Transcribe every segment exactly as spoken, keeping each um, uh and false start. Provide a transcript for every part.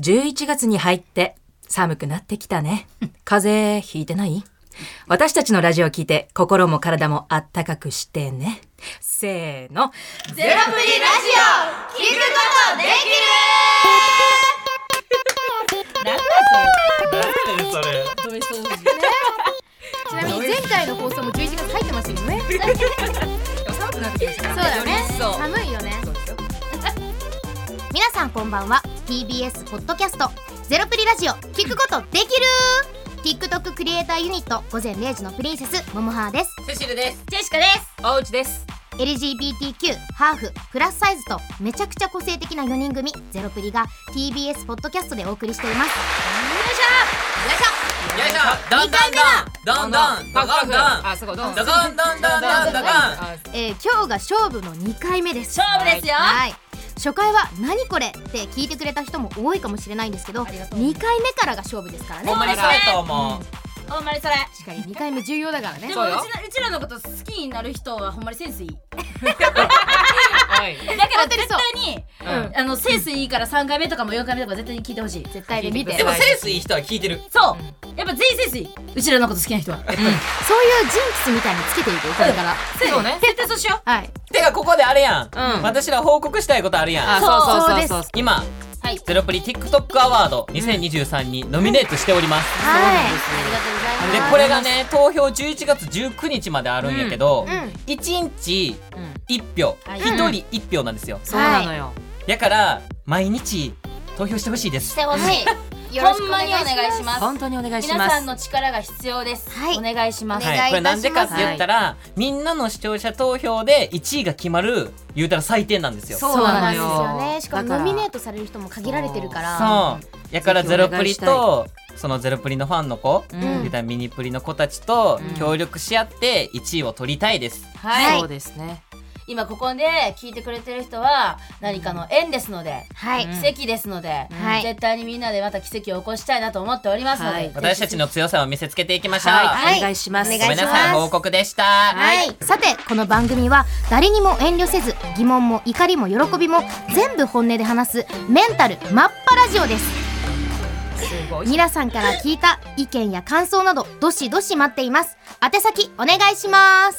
じゅういちがつに入って寒くなってきたね。風邪ひいてない？私たちのラジオを聞いて心も体もあったかくしてね。せーの。 ゼロプリラジオ聞くことできる。なんだそれ。 それ。ちなみに前回の放送もじゅういちがつ入ってましたよね。 寒くなってきました。 そうだね。 そう寒いよね。皆さんこんばんは。 ティービーエス ポッドキャストゼロプリラジオ聞くことできる。 TikTok クリエイターユニット午前れいじのプリンセスももはーです。 セシルです。 ジェシカです。 おうちです。 エルジービーティーキュー、ハーフ、プラスサイズとめちゃくちゃ個性的なよにん組ゼロプリが ティービーエス ポッドキャストでお送りしています。よいしょよいしょよいしょ。どんどんどんどんどんどんどんどんあ、そこどんどんどんどんどんどんどん。 えー、今日が勝負のにかいめです。 勝負ですよ。 はい初回は何これって聞いてくれた人も多いかもしれないんですけど、にかいめからが勝負ですからね。 ほんまにそうやと思う。 ほんまにそれ。 確かににかいめ重要だからね。 でもうちらうちらのこと好きになる人はほんまにセンスいい。 はい。 だから絶対に、 うんあのセンスいいからさんかいめとかもよんかいめとか絶対に聞いてほしい。 絶対で見て。 でもセンスいい人は聞いてる。 そう。やっぱ全員センスいい。うちらのこと好きな人は。 そういうジンクスみたいにつけていくこれから。 そうね。 絶対そうしよう。 はい。 てかここであれやん。 うん私ら報告したいことあるやん。 あ、そうそうそうそう。 今はい。 ゼロプリ TikTok アワードにせんにじゅうさんにノミネートしております。 はい。ありがとうございます。 でこれがね投票じゅういちがつじゅうくにちまであるんやけど、 うんいちにちいっぴょう、 はいひとりいっぴょうなんですよ。 そうなのよ。 だから毎日投票してほしいでしす。 てほしい。 よろしくほんまにお願いします。 本当にお願いします。 皆さんの力が必要です。 はいお願いします。 お願いはい、これなんでかって言ったら、みんなの視聴者投票でいちいが決まる言うたら採点なんですよ。 そうそうなんですよよね。しかもだからノミネートされる人も限られてるから。 そうやからゼロプリとそのゼロプリのファンの子、 うん言うたらミニプリの子たちとうん協力し合っていちいを取りたいです。 はい。 そうですね。 今ここで聞いてくれてる人は何かの縁ですので、 はい。 うん奇跡ですので、 はい絶対にみんなでまた奇跡を起こしたいなと思っておりますので、 はい私たちの強さを見せつけていきましょう。 はい、お願いします。 お願いしますごめんなさい、報告でした。 はい、さてこの番組は誰にも遠慮せず疑問も怒りも喜びも全部本音で話すメンタルマッパラジオです。 すごい。 皆さんから聞いた意見や感想などどしどし待っています。宛先お願いします。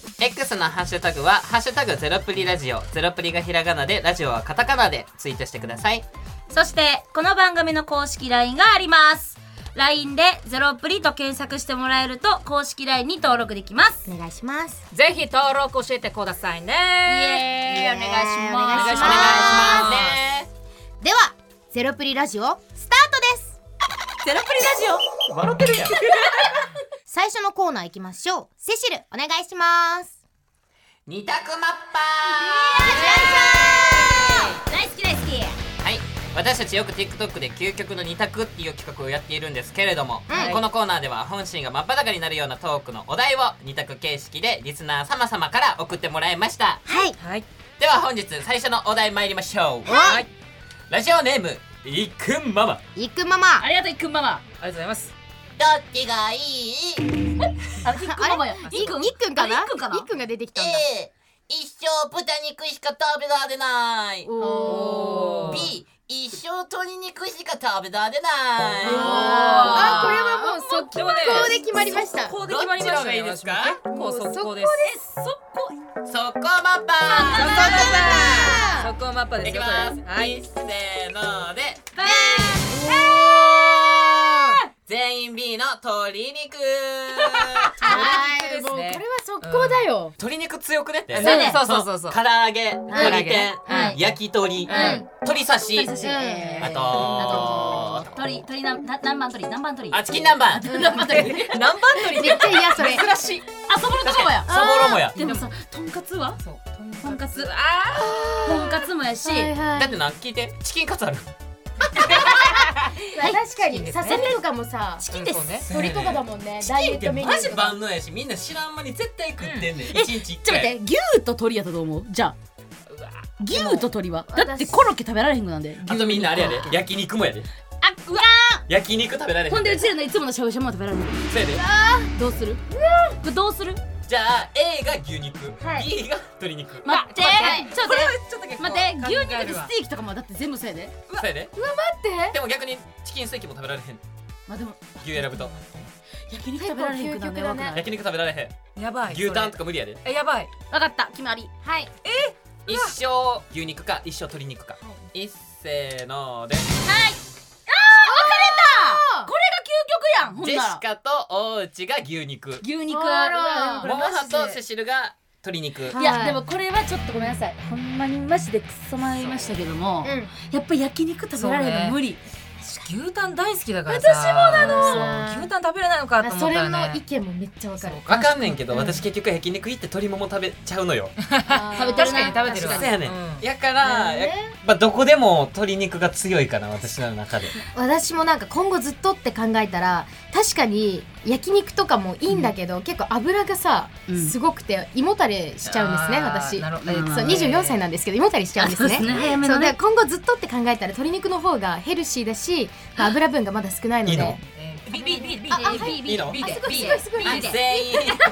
X のハッシュタグはハッシュタグゼロプリラジオ、ゼロプリがひらがなでラジオはカタカナでツイートしてください。 そしてこの番組の公式 ライン があります。 ライン でゼロプリと検索してもらえると公式 ライン に登録できます。 お願いします。 ぜひ登録教えてくださいね。 イエーイ、お願いします。 お願いしますお願いしますね。 ではゼロプリラジオスタートです。 ゼロプリラジオ笑ってるやん。 最初のコーナー行きましょう。セシルお願いします。 二択マッパ大好き大好き。 ー。はい、私たちよく TikTok で究極の二択っていう企画をやっているんですけれども、 うんこのコーナーでは本心が真っ裸になるようなトークのお題を二択形式でリスナー様々から送ってもらいました。 はいはい。 では本日最初のお題参りましょう。 はい。 ラジオネームいっくんママ。 いっくんママ。 ありがとういっくんママ。 ありがとうございます。 どっちがいい？ あ、いっくんママや。 いっくんいっくんかな。 あいっくんかないっくんが出てきたんだ。 A、一生豚肉しか食べられない。 おー B、一生鶏肉しか食べられない。 あーこれはもう速攻でもねで決まりました。 こうで決まりましたね。 どっちの方がいいですか？ 結構速攻です。 そこ。 そこマッパー。 速攻マッパですよ。 いきます。 はい。 せーので。全員 B の鶏肉。 はい、もうこれは速攻だよ。 鶏肉強くねって。 そうねそうそうそうそう唐揚げ、鶏天はい、 焼き鳥、 ん鶏刺し、 刺しえーあとあと鳥鳥なな南蛮鳥南蛮鳥。 あチキン南蛮、 南蛮鳥。 南蛮鳥めっちゃ嫌それ。 珍しい。 あ、そぼろとかもや。 そぼろもや。 でもさ、とんかつは？ そう。 とんかつ。 あとんかつもやし。 はいはいだってな聞いてチキンカツある。 確かにささみとかもさ、 チキンです。 そうね鳥とかだもんね。ダイエットメニュマジーとか。 万能やしみんな知らん間に絶対食ってんねん。一日一ちょっと待回。 って、牛と鳥やったと思う。じゃあうわ。 牛と鶏は私だってコロッケ食べられへんくなんで。 あとみんなあれやで焼肉もやで。 あ、うわ焼肉食べられへん。 ー。ほんでうちらのいつものしゃぶしゃぶも食べられる。 そうやで。 どうする？これどうする？ じじゃあ A が牛肉、 はい B が鶏肉。 待ってちょっとこれは待ちょっと結構って待って牛肉考えるわでステーキとかもだって全部そうやで。 そうやで。 うわ待ってでも逆にチキンステーキも食べられへん。 まあでも牛選ぶと焼肉食べられへんくなるね。わか焼肉食べられへん。 やばい牛タンとかか無理やで。 えやばいった決まり。 はい一生牛肉か一生鶏肉か。一せーので。 はいこれが究極やん。ほんならジェシカと大内が牛肉。 牛肉。 あらこれモモハマジでとセシルが鶏肉。 いはいやでもこれはちょっとごめんなさい。ほんまにマジでクソ迷いましたけども、 うんやっぱ焼肉食べられるの無理。 牛タン大好きだからさ私もなのそう牛タン食べれないのかと思ったそれよねの意見もめっちゃわかるわかんねんけど、 うん私結局焼肉行って鶏もも食べちゃうのよ。 食べてる確な。 かに食べてるわそうやねん。 うんやから、 ねやまあどこでも鶏肉が強いかな私の中で。 私もなんか今後ずっとって考えたら確かに焼肉とかもいいんだけど、結構油がさ、 うんすごくて胃もたれしちゃうんですねあー私なるほどうんそうにじゅうよんさいなんですけど胃もたれしちゃうんですねそうですね早めそうでのね。 今後ずっとって考えたら鶏肉の方がヘルシーだし、まあ油分がまだ少ないのでいいのえー B B B B ああ B いいの B あですごいすごいすごいはい、 いいね全員全員鶏肉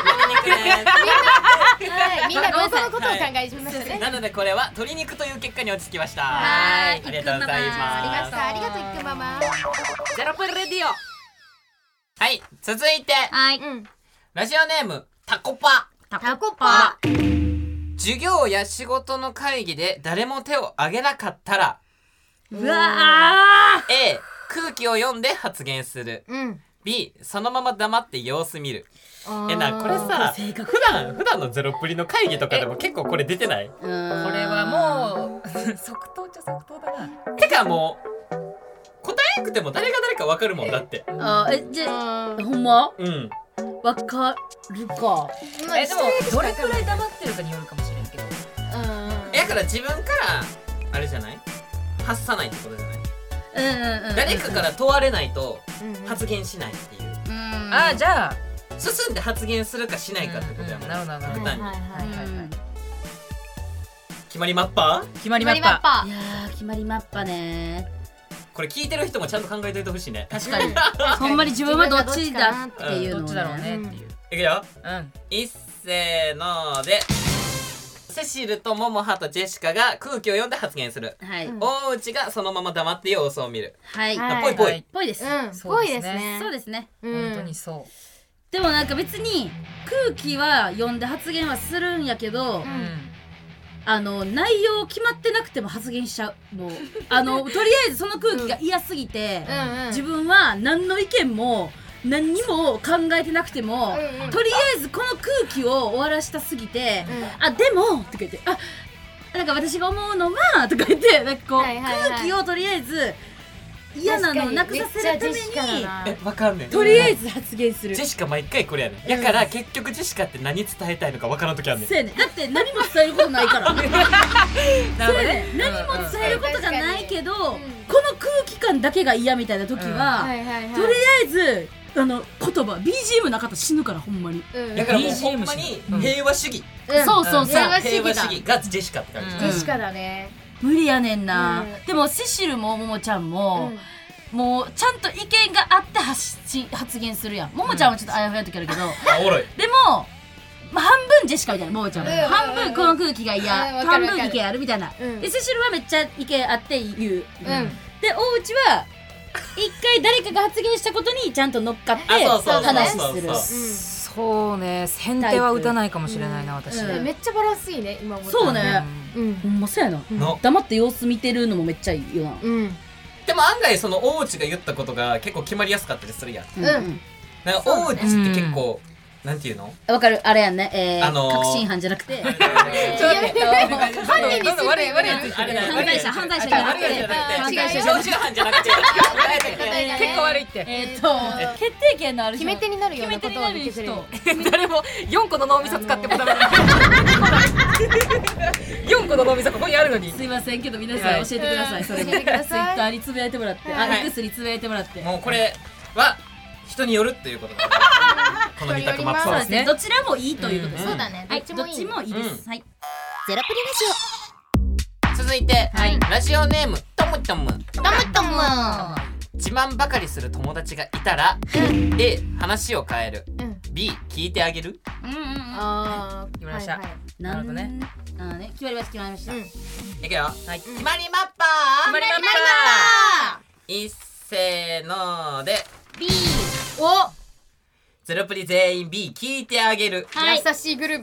はいみんな老後のことを考えましたです。 ねなのでこれは鶏肉という結果に落ち着きました。 はーいありがとうございます。 ありましたありがとういっくんママゼロプリレディオはい、続いてはい。 うんラジオネームタコパ。 タコパ授業や仕事の会議で誰も手を挙げなかったらうわ A 空気を読んで発言する。 うん B そのまま黙って様子見る。 あーえなこれさ性格普段普段のゼロプリの会議とかでも結構これ出てない？ ー。ここれはもう即答っちゃ即答だなてかもう答えなくても誰が誰かわかるもんだって。 う。あーえじゃうんほんまうん。 わかるか。 えでもどれくらい黙ってるかによるかもしれんけどうんだから自分からあれじゃない？発さないってことじゃない？ うんうんうん。 誰かから問われないとうん発言しないっていう。 うん。 あーじゃあ進んで発言するかしないかってことやもん。 うんうんなるほどなるほど極端にはいはいはいはいはいはい決まりマッパー？ 決まりまったパいやー決まりマッパね。 これ聞いてる人もちゃんと考えといてほしいね。 確かに。ほんまに自分はどっちだっていうのをどっちだろうね。 ねっていういくよ。 うんいっせーので。セシルとモモハとジェシカが空気を読んで発言する。 はいうん大内がそのまま黙って様子を見る。 はい。 はいあぽいぽい。 はいぽいです。 うんそうですねぽいですねそうですね。 うん本当にそでもなんか別に空気は読んで発言はするんやけど、 ううんあの内容決まってなくても発言しちゃう。もうあのとりあえずその空気が嫌すぎて、 うんうん自分は何の意見も何にも考えてなくても、 うんうんとりあえずこの空気を終わらしたすぎて、 うんあでもとか言ってあなんか私が思うのはとか言ってなんかこう、 はいはいはい空気をとりあえず嫌なのをなくさせるためにえ、わかんねん。 とりあえず発言する。 ジェシカ毎回これやねん。やから結局ジェシカって何伝えたいのかわからんときあんねん。 そうやねんだって何も伝えることないからなるほそうやどねねん何も伝えることじゃないけど、 うんこの空気感だけが嫌みたいな時は、 はいはいはいとりあえずあの言葉 ビージーエム なかったら死ぬからほんまに、 うんだからもうビージーエムほんまにうん平和主義。 うんそうそうそう、 平和主義平和主だ義がジェシカって感じ。 うんジェシカだね無理やねんな、 うんでもセシルもももちゃんも、 うんもうちゃんと意見があって発信発言するやん。ももちゃんはちょっとあやふやな時あるけど、 あ、おもろい。 でも、まあ、半分ジェシカみたいなももちゃんは、 うん半分この空気が嫌、 うんわか半るわかる分意見あるみたいな、 うんでセシルはめっちゃ意見あって言う、 うんで大内は一回誰かが発言したことにちゃんと乗っかってあそうそうそう話そうする。 そうそうね先手は打たないかもしれないな私うんえめっちゃバランスいいね今思ったそうね、 うんほんまそうやな、 の黙って様子見てるのもめっちゃいいよな。 うんでも案外その大内が言ったことが結構決まりやすかったりするやん。 うんうんなんか大内って結構、なんていうの？ わかるあれやんね、えーあのー確信犯じゃなくてちょっと待って犯人にするどんどん悪い悪いやつ言ってあれだ犯罪者犯罪者じゃなくて悪いやつじゃなくて犯罪者じゃなくて常習犯じゃなくてえー結構悪いってえーっと決定権のある人決め手になるような決ことをめ手になる言ってくれる人誰もよんこの脳みそ使ってもダメだよんこの脳みそここにあるのにすいませんけど皆さんはい教えてください、それも教えてくださいツイッターにつぶやいてもらって、 はいあ X につぶやいてもらって、 もうこれは人によるっていうことだこの二択マップはそうですねねどちらもいいということです、 うんそうだねはいどっどっちもいいちもいいです、 うんはいゼロプリラジ続いて、 はいラジオネームトムトム。 オトムトム自慢ばかりする友達がいたら A 話を変える、 うん B 聞いてあげる。 うんうんうん。 あー決まりましたはいはいななるほどね。 あーね、決まりました決まりました。 うんいくよ、 はい決まりマッパー。 決まりましたいっせーので B おゼロプリ全員 B 聞いてあげる。 はい優しいグループ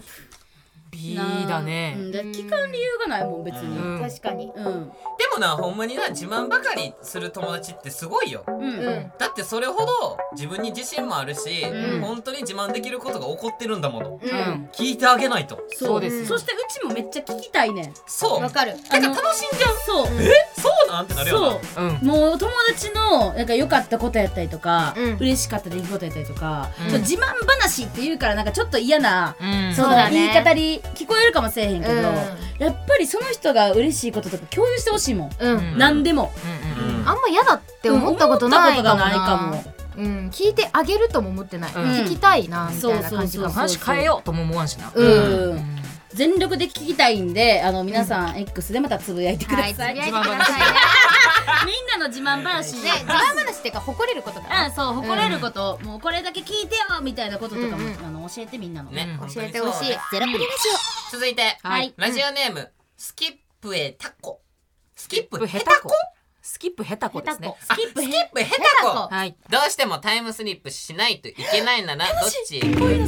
B だね、 うん、だ聞かん理由がないもん別に。 うん確かにうんでもな、ほんまにな、自慢ばかりする友達ってすごいよ。 うんうんだってそれほど自分に自信もあるし、 うん本当に自慢できることが起こってるんだもの。 うんうん聞いてあげないと。 そうですよそしてうちもめっちゃ聞きたいねん。 そう。 わかるてか楽しんじゃう。 そうえ、そうなんてなるよな。 そううんもう友達のなんか良かったことやったりとか、 うん嬉しかった出来事やったりとか、 うんちょっと自慢話って言うからなんかちょっと嫌な、 うんそのそうだね言い方に聞こえるかもしれへんけど、 うんやっぱりその人が嬉しいこととか共有してほしいもん、 うんうん何でもうんうんあんま嫌だって思ったことないかも思ったことがないなかもうん聞いてあげるとも思ってないうん聞きたいなみたいな感じかもそうそうそう話変えようとも思わんしな。 うんうん全力で聞きたいんであの皆さん X でまたつぶやいてくだはいつぶさい、 やいてくださいねみんなの自慢話ね自慢話っていうか誇れることかなあそう誇れること、もうこれだけ聞いてよみたいなこととかも、 うんうんあの教えてみんなのね、 うん教えてほしいゼロプリラジ続いて、 はいラジオネーム、スキップへタコ。スキップヘタコヘタコ。 スキップヘタコですね。 あスキップヘタコ。 はい。 どうしてもタイムスリップしないといけないならどっち？ オうん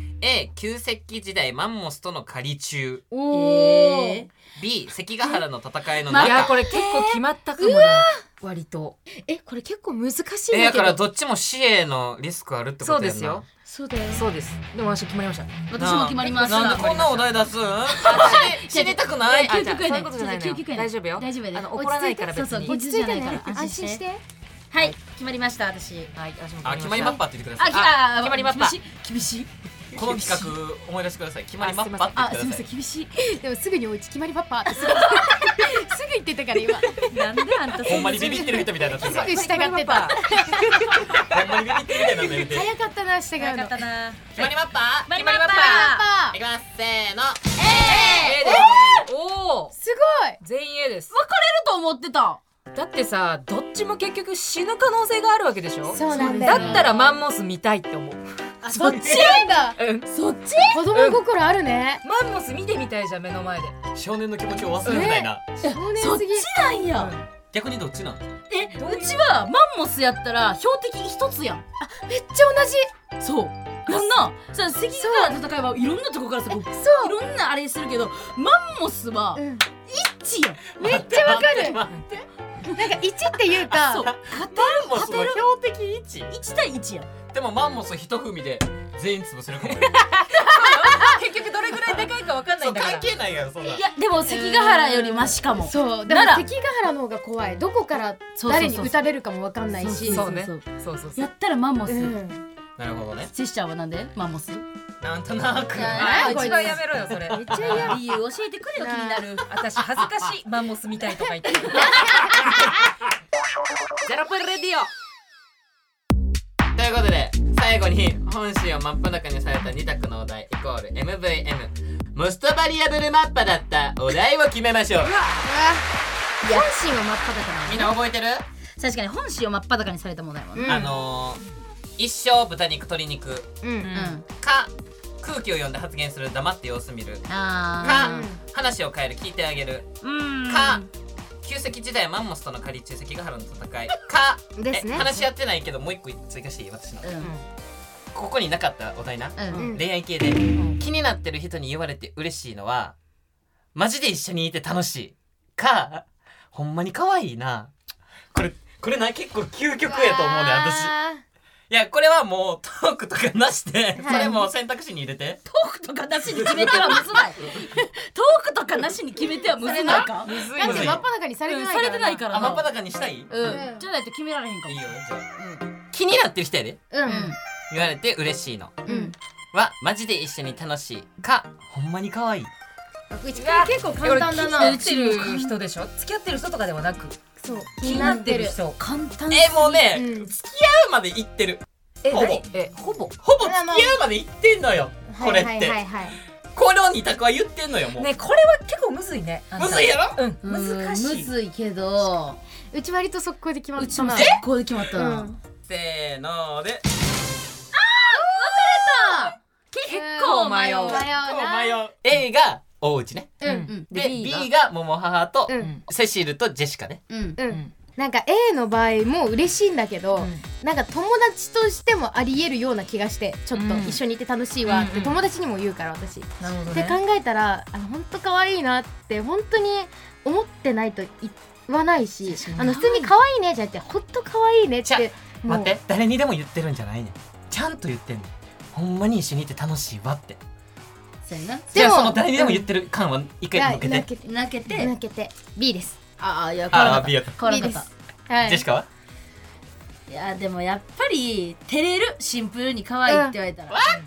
A 旧石器時代マンモスとの狩り中。 おーえ B 関ヶ原の戦いのいや中。 これ結構決まったかもね。割と。 えこれ結構難しいえだんだけどからどっちも死へのリスクあるってことやんな。 そうですよ。 そうだよそうです。でも私決まりました。 私も決まりましたなんでこんなお題出すん？知りたくない？ 究極やねそういうことじゃないのよ究極やね大丈夫よ。 大丈夫やであの怒らないから別そうそうに。 落ち着いてねじゃないから安安心して心してはい決まりました私はい、私もあ、決まりマッパーって言ってくだあ、 さい。 あ決まりマッパ厳しい厳しいこの企画思い出してください。決まりマッパーってあ、すみま言ってください。 せん厳しいでもすぐにおうち決まりパッパーってすぐすぐ言ってたから今なんであんたほんまにビビってる人みたいになってるから。 すぐ従ってたほんまにビビってるみたいになってるんで。 早かったな従う早かのったな決まりマッパー。 決まりマッパーパいきます。せーの。 A です。おお。 すごい全員 A です。 分かれると思ってただってさ、どっちも結局死ぬ可能性があるわけでしょ。 そうなんだよだったらマンモス見たいって思う。 あ、そっちなんだうん。 そっち子供心あるねマンモス見てみたいじゃん目の前で。 少年の気持ちを忘れないな。 少年そっちすぎなんや逆にどっちなん？ え、うちはマンモスやったら標的一つやんめっちゃ同じそうやんなさ、関ヶ原の戦いはいろんなとこからさこういそうろんなあれするけどマンモスはうん一やんめっちゃわかる待ってなんかいちっていうかそうマンモスの標的位置。 一対一やんでもマンモス一踏みで全員潰せるかもよ。 結局どれぐらいでかいかわかんないそうんだから関。係ないやろそんな。 いや、でも関ヶ原よりマシかもそうでもなら関ヶ原の方が怖いどこからそうそうそう誰に撃たれるかもわかんないしそうね。 そそううそうそう。 やったらマンモスうんなるほどね。 ジェスチャーはなんでマンモスなんとなく。 いやあ、 こいつ一番やめろよそれ。 めっちゃ嫌理由教えてくれよ気になる私恥ずかしいマンモスみたいとか言って。ゼロプリレディオ。 ということで最後に本心を真っ裸にされたに択のお題イコール エムブイエム モストバリアブルマッパだったお題を決めましょう。 本心は真っ裸みんな覚えてる？ 確かに本心を真っ裸にされたものやもんねうんあのー、一生豚肉鶏肉だうんうんか空気を読んで発言する黙って様子見るあか話を変える聞いてあげるーうんか旧石時代マンモスとの狩り中関ヶ原の戦いかですねえ話し合ってないけどもう一個追加していい私のうんここになかったお題なうんうん恋愛系で気になってる人に言われて嬉しいのはマジで一緒にいて楽しいかほんまに可愛いなこれこれな結構究極やと思うね私いやこれはもうトークとかなしでそれも選択肢に入れてトークとかなしに決めてはむずないトークとかなしに決めてはむずないかむずいだってむずい真っ裸にされてないさかられてないからあ真っ裸にしたいうんうんじゃないと決められへんかもいいよじゃあ気になってる人やでうんうん言われて嬉しいのうんはマジで一緒に楽しいかほんまに可愛いうち結構簡単だ気なになってる人でしょ。付き合ってる人とかではなくそう気になってる人。 簡単えもうね、 うん付き合うまで行ってるえ、 ほぼ何え、ほぼ。 ほぼ付き合うまで行ってんのよこれって、 はいはいはいはいこの二択は言ってんのよもう、 ね、これは結構むずいね。あんたむずいやろうん、 うん難しい。 むずいけどうち割と速攻で決まうちもったな速攻で決まったうなんせーので結構迷う。 迷うな。 迷う A が大内ね、 うんうんで B が桃母と、 うんセシルとジェシカね。 うんうん、なんか A の場合も嬉しいんだけど、なんか友達としてもありえるような気がして、ちょっと一緒にいて楽しいわって友達にも言うから私、 なるほどって考えたら、あの本当可愛いなって本当に思ってないと言わないし、あの普通に可愛いねじゃなくて本当可愛いねってもう待って誰にでも言ってるんじゃないねん、ちゃんと言ってんねん、ほんまに一緒にいて楽しいわって。 そうやな。 じゃあでもその誰にでも言ってる感は一回抜けて、 泣けて泣けて泣けて B です。 ああいやああ B やった変わらな B かっですた。 はいジェシカはいやでもやっぱり照れる、シンプルに可愛いって言われたらわ、かる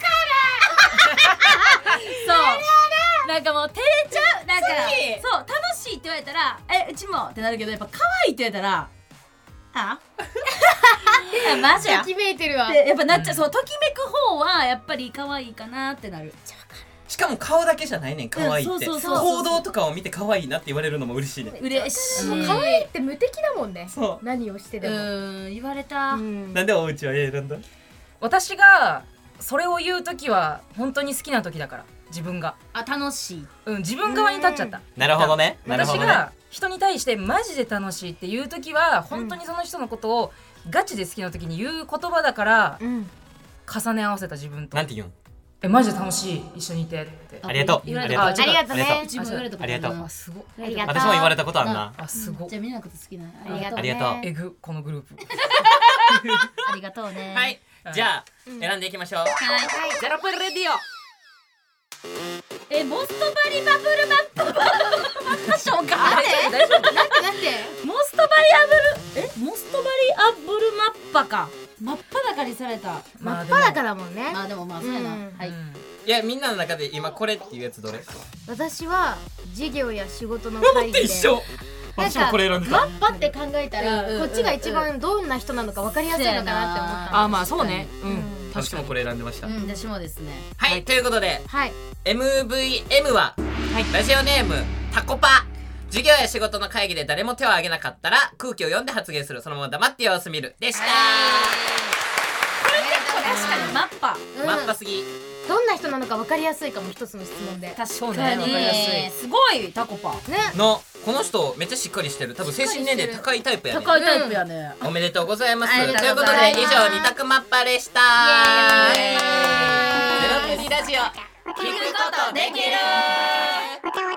そうなんかもう照れちゃう、なんかそう楽しいって言われたらえうちもってなるけど、やっぱ可愛いって言われたらあいやマジやときめいてるわ。 ってやっぱなっちゃう、そうときめく方はやっぱり可愛いかなってなる。 しかも顔だけじゃないねん可愛いって、 うんそうそうそうそう行動とかを見て可愛いなって言われるのも嬉しいね。 嬉しい。 可愛いって無敵だもんね。 そう何をしてうでも。 ーん言われた。 うんなんでおうちは A 選んだ？ 私がそれを言う時は本当に好きな時だから、自分が、 あ楽しい。 うん、自分側に立っちゃった。 なるほどね、なるほどね。 私が人に対してマジで楽しいっていう時は本当にその人のことをガチで好きな時に言う言葉だから、 うん重ね合わせた自分と、 なんて言うん？ えマジで楽しい一緒にいてって。 ありがとう言われあたりがとうありがとうねう。ちも言われたことありがとうなあすごっありがとう。 私も言われたことあるな。 あすごっじゃあみんなのこと好きなの。 ありがとうね。 ありがとうえぐこのグループありがとうね。 はい、 はいじゃあうん選んでいきましょう。 はい。 ゼロプレディオ。 えモストバリバブルマップマップしょうか。 大丈夫大丈夫。 なんてなんて。 モストバリアブルえモストバリアブルマッパか。真っ裸にされた。 真っまあでも裸だもんね。 まあでもまあそうやな。 うんはい。 うんいやみんなの中で今これっていうやつどれ？ 私は授業や仕事の会議で。 一緒。 なん私もこれ選んだ。 マッパって考えたら、 うんうんこっちが一番どんな人なのか分かりやすいのかなって思ったあまあそうね。ううんん私もこれ選んでました。 うん私もですね。 はい、ということではいエムブイエム は、ラジオネームタコパ。授業や仕事の会議で誰も手を挙げなかったら空気を読んで発言する、そのまま黙って様子見るでした。 確かにマッパ。 うんマッパすぎ。 どんな人なのか分かりやすいかも一つの質問で。 確そうねかにわかりやすいすごいタコパ。 ね。 のこの人めっちゃしっかりしてる、多分精神年齢高いタイプやね。 高いタイプやね。 おめでとうございます。 ありがとうということございますで以上二択マッパでした。 イエーイゼロプリラジオ聞くことできる。